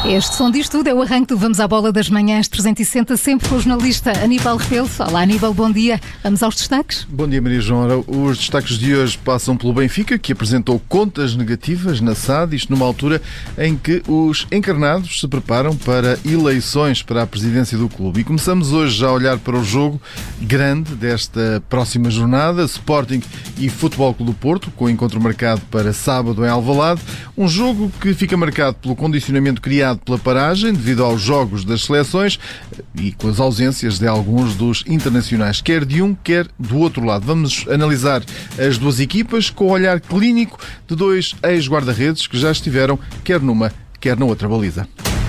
Este som diz tudo, é o arranque do Vamos à Bola das Manhãs 360, sempre com o jornalista Aníbal Rebelo. Olá Aníbal, bom dia. Vamos aos destaques? Bom dia Maria João. Os destaques de hoje passam pelo Benfica, que apresentou contas negativas na SAD, isto numa altura em que os encarnados se preparam para eleições para a presidência do clube. E começamos hoje já a olhar para o jogo grande desta próxima jornada, Sporting e Futebol Clube do Porto, com o encontro marcado para sábado em Alvalade. Um jogo que fica marcado pelo condicionamento criado pela paragem devido aos jogos das seleções e com as ausências de alguns dos internacionais, quer de um, quer do outro lado. Vamos analisar as duas equipas com o olhar clínico de dois ex-guarda-redes que já estiveram quer numa, quer na outra baliza.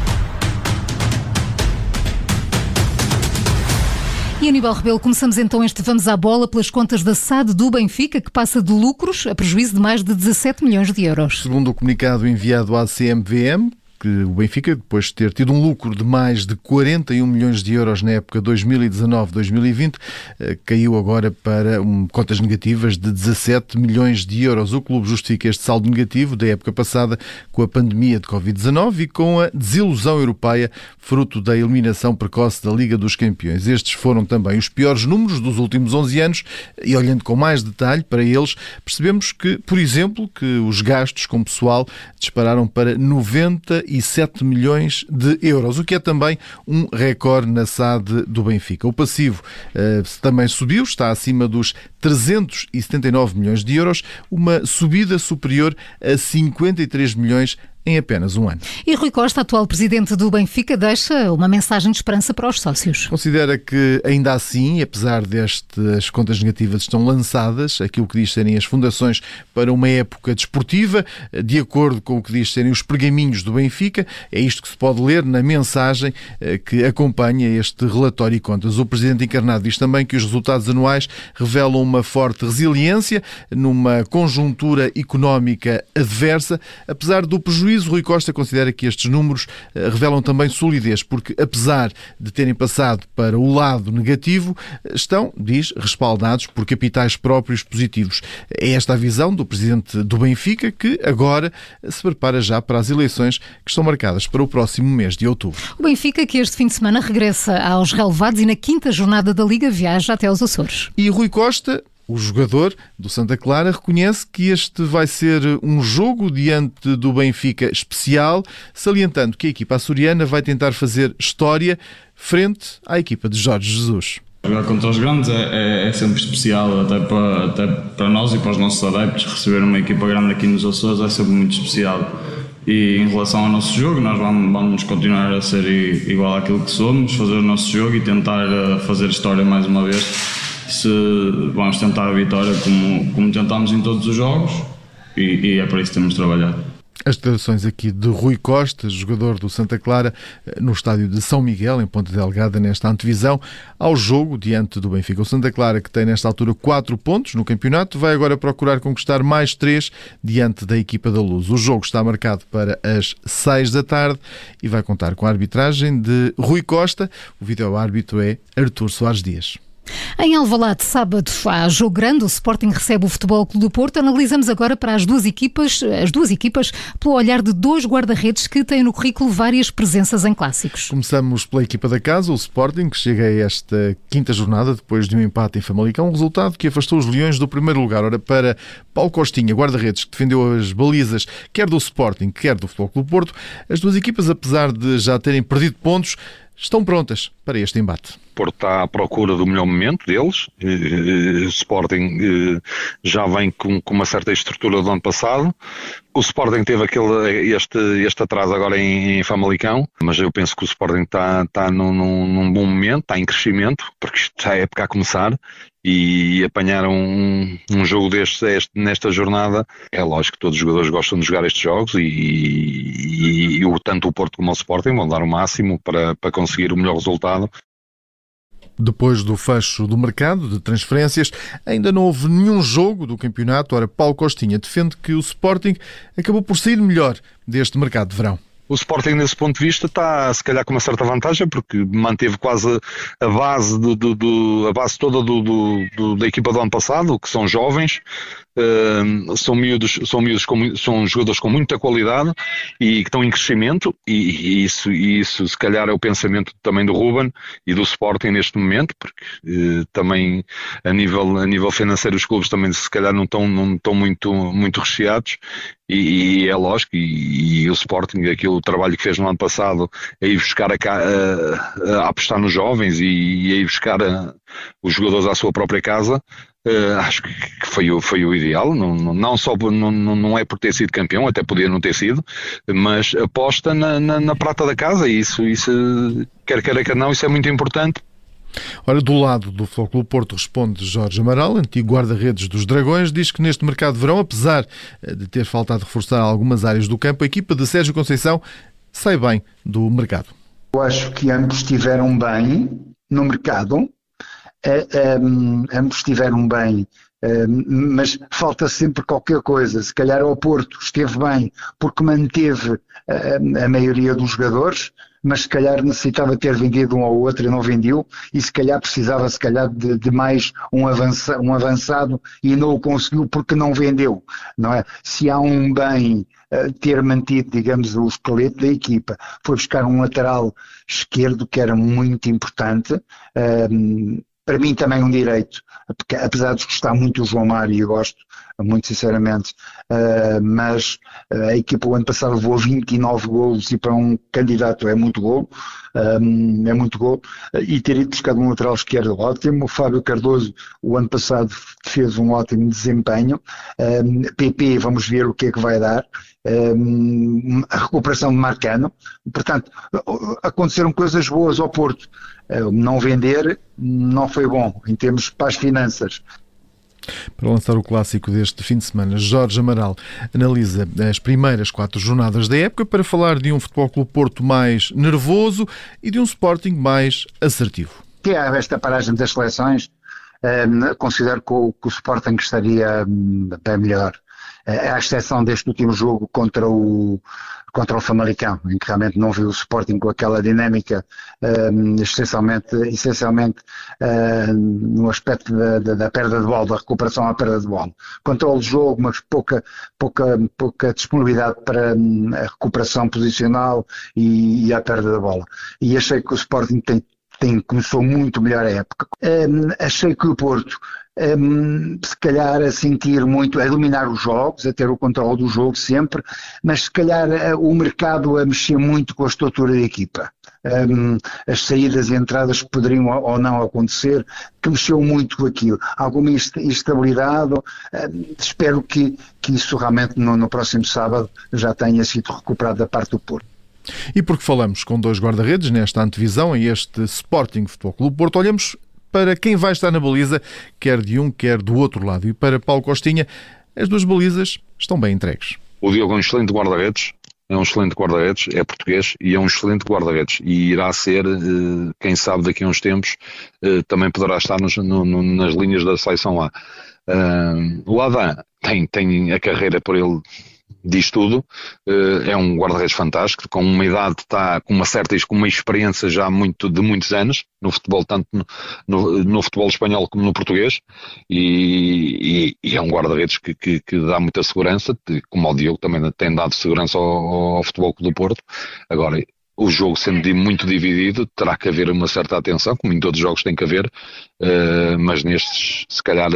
E Aníbal Rebelo, começamos então este Vamos à Bola pelas contas da SAD do Benfica, que passa de lucros a prejuízo de mais de 17 milhões de euros. Segundo o comunicado enviado à CMVM, que o Benfica, depois de ter tido um lucro de mais de 41 milhões de euros na época 2019-2020, caiu agora para contas negativas de 17 milhões de euros. O clube justifica este saldo negativo da época passada com a pandemia de Covid-19 e com a desilusão europeia, fruto da eliminação precoce da Liga dos Campeões. Estes foram também os piores números dos últimos 11 anos e, olhando com mais detalhe para eles, percebemos que, por exemplo, que os gastos com pessoal dispararam para 97 milhões de euros, o que é também um recorde na SAD do Benfica. O passivo também subiu, está acima dos 379 milhões de euros, uma subida superior a 53 milhões em apenas um ano. E Rui Costa, atual presidente do Benfica, deixa uma mensagem de esperança para os sócios. Considera que, ainda assim, apesar destas contas negativas estão lançadas, aquilo que diz serem as fundações para uma época desportiva, de acordo com o que diz serem os pergaminhos do Benfica. É isto que se pode ler na mensagem que acompanha este relatório e contas. O presidente encarnado diz também que os resultados anuais revelam uma forte resiliência numa conjuntura económica adversa. Apesar do prejuízo, Rui Costa considera que estes números revelam também solidez, porque apesar de terem passado para o lado negativo, estão, diz, respaldados por capitais próprios positivos. É esta a visão do presidente do Benfica, que agora se prepara já para as eleições que estão marcadas para o próximo mês de outubro. O Benfica, que este fim de semana regressa aos relevados e na quinta jornada da Liga viaja até aos Açores. E Rui Costa, o jogador do Santa Clara, reconhece que este vai ser um jogo diante do Benfica especial, salientando que a equipa açoriana vai tentar fazer história frente à equipa de Jorge Jesus. Jogar contra os grandes é sempre especial, até para nós e para os nossos adeptos. Receber uma equipa grande aqui nos Açores é sempre muito especial. E em relação ao nosso jogo, nós vamos continuar a ser igual àquilo que somos, fazer o nosso jogo e tentar fazer história mais uma vez. Vamos tentar a vitória como tentamos em todos os jogos e é para isso que temos trabalhado. As declarações aqui de Rui Costa, jogador do Santa Clara, no estádio de São Miguel, em Ponta Delgada, nesta antevisão ao jogo diante do Benfica. O Santa Clara, que tem nesta altura 4 pontos no campeonato, vai agora procurar conquistar mais 3 diante da equipa da Luz. O jogo está marcado para as 6 da tarde e vai contar com a arbitragem de Rui Costa. O vídeo-árbitro é Artur Soares Dias. Em Alvalade, sábado, há jogo grande, o Sporting recebe o Futebol Clube do Porto. Analisamos agora para as duas equipas, pelo olhar de dois guarda-redes que têm no currículo várias presenças em clássicos. Começamos pela equipa da casa, o Sporting, que chega a esta quinta jornada depois de um empate em Famalicão, um resultado que afastou os Leões do primeiro lugar. Ora, para Paulo Costinha, guarda-redes, que defendeu as balizas quer do Sporting, quer do Futebol Clube do Porto, as duas equipas, apesar de já terem perdido pontos, estão prontas para este embate. O Porto está à procura do melhor momento deles. O Sporting já vem com uma certa estrutura do ano passado. O Sporting teve este atraso agora em Famalicão, mas eu penso que o Sporting está num bom momento, está em crescimento, porque isto já é época a começar, e apanhar um jogo nesta jornada, é lógico que todos os jogadores gostam de jogar estes jogos e tanto o Porto como o Sporting vão dar o máximo para conseguir o melhor resultado. Depois do fecho do mercado de transferências, ainda não houve nenhum jogo do campeonato. Ora, Paulo Costinha defende que o Sporting acabou por sair melhor deste mercado de verão. O Sporting, nesse ponto de vista, está se calhar com uma certa vantagem, porque manteve quase a base toda da equipa do ano passado, que são jovens, são jogadores com muita qualidade e que estão em crescimento, e isso se calhar é o pensamento também do Ruben e do Sporting neste momento, porque também a nível financeiro os clubes também se calhar não estão muito recheados, e é lógico, e o Sporting, o trabalho que fez no ano passado, é ir buscar a apostar nos jovens e a ir buscar os jogadores à sua própria casa. Acho que foi o ideal, não é por ter sido campeão, até podia não ter sido, mas aposta na prata da casa, e isso quer não, isso é muito importante. Ora, do lado do Futebol Clube Porto responde Jorge Amaral, antigo guarda-redes dos Dragões, diz que neste mercado de verão, apesar de ter faltado reforçar algumas áreas do campo, a equipa de Sérgio Conceição sai bem do mercado. Eu acho que ambos estiveram bem no mercado, ambos estiveram bem, mas falta sempre qualquer coisa. Se calhar o Porto esteve bem porque manteve a maioria dos jogadores, mas se calhar necessitava ter vendido um ou outro e não vendeu, e se calhar precisava de mais um avançado e não o conseguiu porque não vendeu, não é? Se há um bem ter mantido, digamos, o esqueleto da equipa, foi buscar um lateral esquerdo que era muito importante, para mim também um direito, porque, apesar de gostar muito do João Mário, e gosto muito sinceramente, mas a equipa o ano passado levou 29 golos, e para um candidato é muito golo, e ter ido buscar um lateral esquerdo ótimo. O Fábio Cardoso o ano passado fez um ótimo desempenho, PP vamos ver o que é que vai dar, a recuperação de Marcano, portanto aconteceram coisas boas ao Porto. Não vender não foi bom em termos para as finanças. Para lançar o clássico deste fim de semana, Jorge Amaral analisa as primeiras 4 jornadas da época para falar de um Futebol Clube Porto mais nervoso e de um Sporting mais assertivo. Que é esta paragem das seleções, considero que o Sporting estaria bem melhor, à exceção deste último jogo contra o Famalicão, em que realmente não vi o Sporting com aquela dinâmica, essencialmente no aspecto da perda de bola, da recuperação à perda de bola. Controle de jogo, mas pouca disponibilidade para a recuperação posicional e à perda da bola. E achei que o Sporting começou muito melhor a época. Achei que o Porto, se calhar a sentir muito, a dominar os jogos, a ter o controle do jogo sempre, mas se calhar o mercado a mexer muito com a estrutura da equipa. As saídas e entradas que poderiam ou não acontecer, que mexeu muito com aquilo. Alguma instabilidade, espero que isso realmente no próximo sábado já tenha sido recuperado da parte do Porto. E porque falamos com 2 guarda-redes nesta antevisão a este Sporting Futebol Clube Porto, olhamos para quem vai estar na baliza, quer de um, quer do outro lado. E para Paulo Costinha, as 2 balizas estão bem entregues. O Diogo é um excelente guarda-redes, é português e é um excelente guarda-redes, e irá ser, quem sabe daqui a uns tempos, também poderá estar nas linhas da seleção lá. O Adam tem a carreira por ele, diz tudo, é um guarda-redes fantástico, com uma idade, está com uma experiência já de muitos anos no futebol, tanto no futebol espanhol como no português, e é um guarda-redes que dá muita segurança, como o Diogo também tem dado segurança ao Futebol Clube do Porto. Agora, o jogo sendo muito dividido, terá que haver uma certa atenção, como em todos os jogos tem que haver, mas nestes se calhar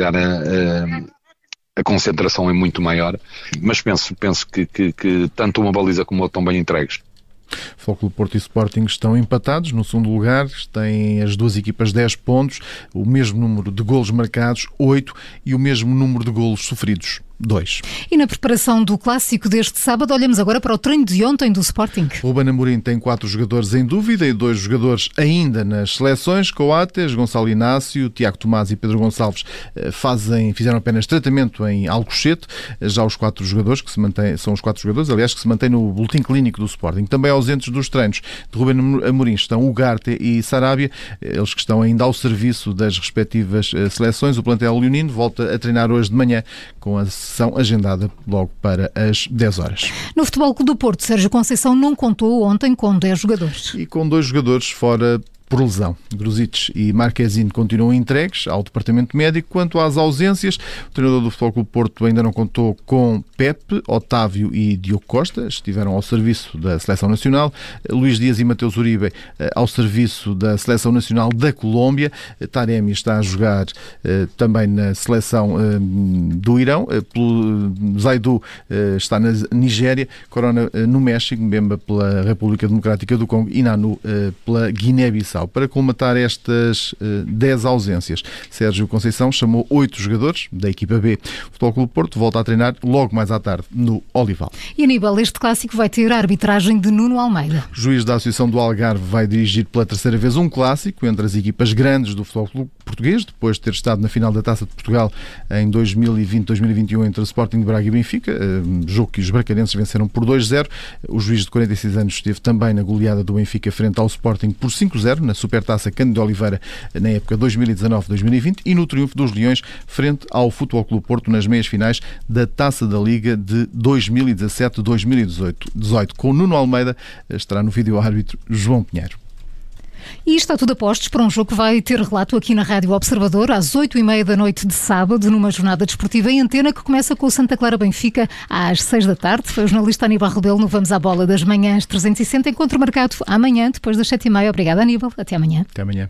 a concentração é muito maior, mas penso que tanto uma baliza como outra estão bem entregues. Futebol Clube Porto e Sporting estão empatados no segundo lugar, têm as 2 equipas 10 pontos, o mesmo número de golos marcados, 8, e o mesmo número de golos sofridos, 2. E na preparação do clássico deste sábado, olhamos agora para o treino de ontem do Sporting. Ruben Amorim tem 4 jogadores em dúvida e 2 jogadores ainda nas seleções. Coates, Gonçalo Inácio, Tiago Tomás e Pedro Gonçalves fizeram apenas tratamento em Alcochete. Já os 4 jogadores que se mantêm, são os 4 jogadores, aliás, que se mantêm no boletim clínico do Sporting. Também ausentes dos treinos de Ruben Amorim estão Ugarte e Sarabia, eles que estão ainda ao serviço das respectivas seleções. O plantel leonino volta a treinar hoje de manhã com a sessão agendada logo para as 10 horas. No Futebol Clube do Porto, Sérgio Conceição não contou ontem com 10 jogadores. E com 2 jogadores fora por lesão. Gruzic e Marquezine continuam entregues ao departamento médico. Quanto às ausências, o treinador do Futebol Clube Porto ainda não contou com Pepe, Otávio e Diogo Costa, estiveram ao serviço da Seleção Nacional. Luís Dias e Mateus Uribe ao serviço da Seleção Nacional da Colômbia. Taremi está a jogar também na Seleção do Irão. Zaidu está na Nigéria, Corona no México, Mbemba pela República Democrática do Congo e Nanu pela Guiné-Bissau. Para colmatar estas 10 ausências, Sérgio Conceição chamou 8 jogadores da equipa B. O Futebol Clube Porto volta a treinar logo mais à tarde no Olival. E Aníbal, este clássico vai ter a arbitragem de Nuno Almeida. O juiz da Associação do Algarve vai dirigir pela terceira vez um clássico entre as equipas grandes do Futebol Clube Português, depois de ter estado na final da Taça de Portugal em 2020-2021 entre o Sporting de Braga e Benfica, jogo que os bracarenses venceram por 2-0. O juiz de 46 anos esteve também na goleada do Benfica frente ao Sporting por 5-0 na Supertaça Cândido Oliveira na época 2019-2020 e no triunfo dos Leões frente ao Futebol Clube Porto nas meias finais da Taça da Liga de 2017-2018. Com Nuno Almeida estará no vídeo-árbitro João Pinheiro. E está tudo a postos para um jogo que vai ter relato aqui na Rádio Observador às 8h30 da noite de sábado, numa jornada desportiva em antena que começa com o Santa Clara Benfica às 6 da tarde. Foi o jornalista Aníbal Rebelo no Vamos à Bola das Manhãs 360. Encontro marcado amanhã, depois das 7h30. Obrigada, Aníbal. Até amanhã. Até amanhã.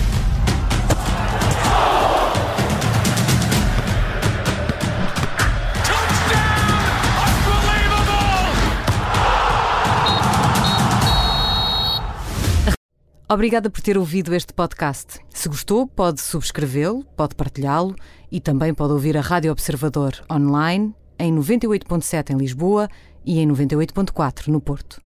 Obrigada por ter ouvido este podcast. Se gostou, pode subscrevê-lo, pode partilhá-lo e também pode ouvir a Rádio Observador online em 98.7 em Lisboa e em 98.4 no Porto.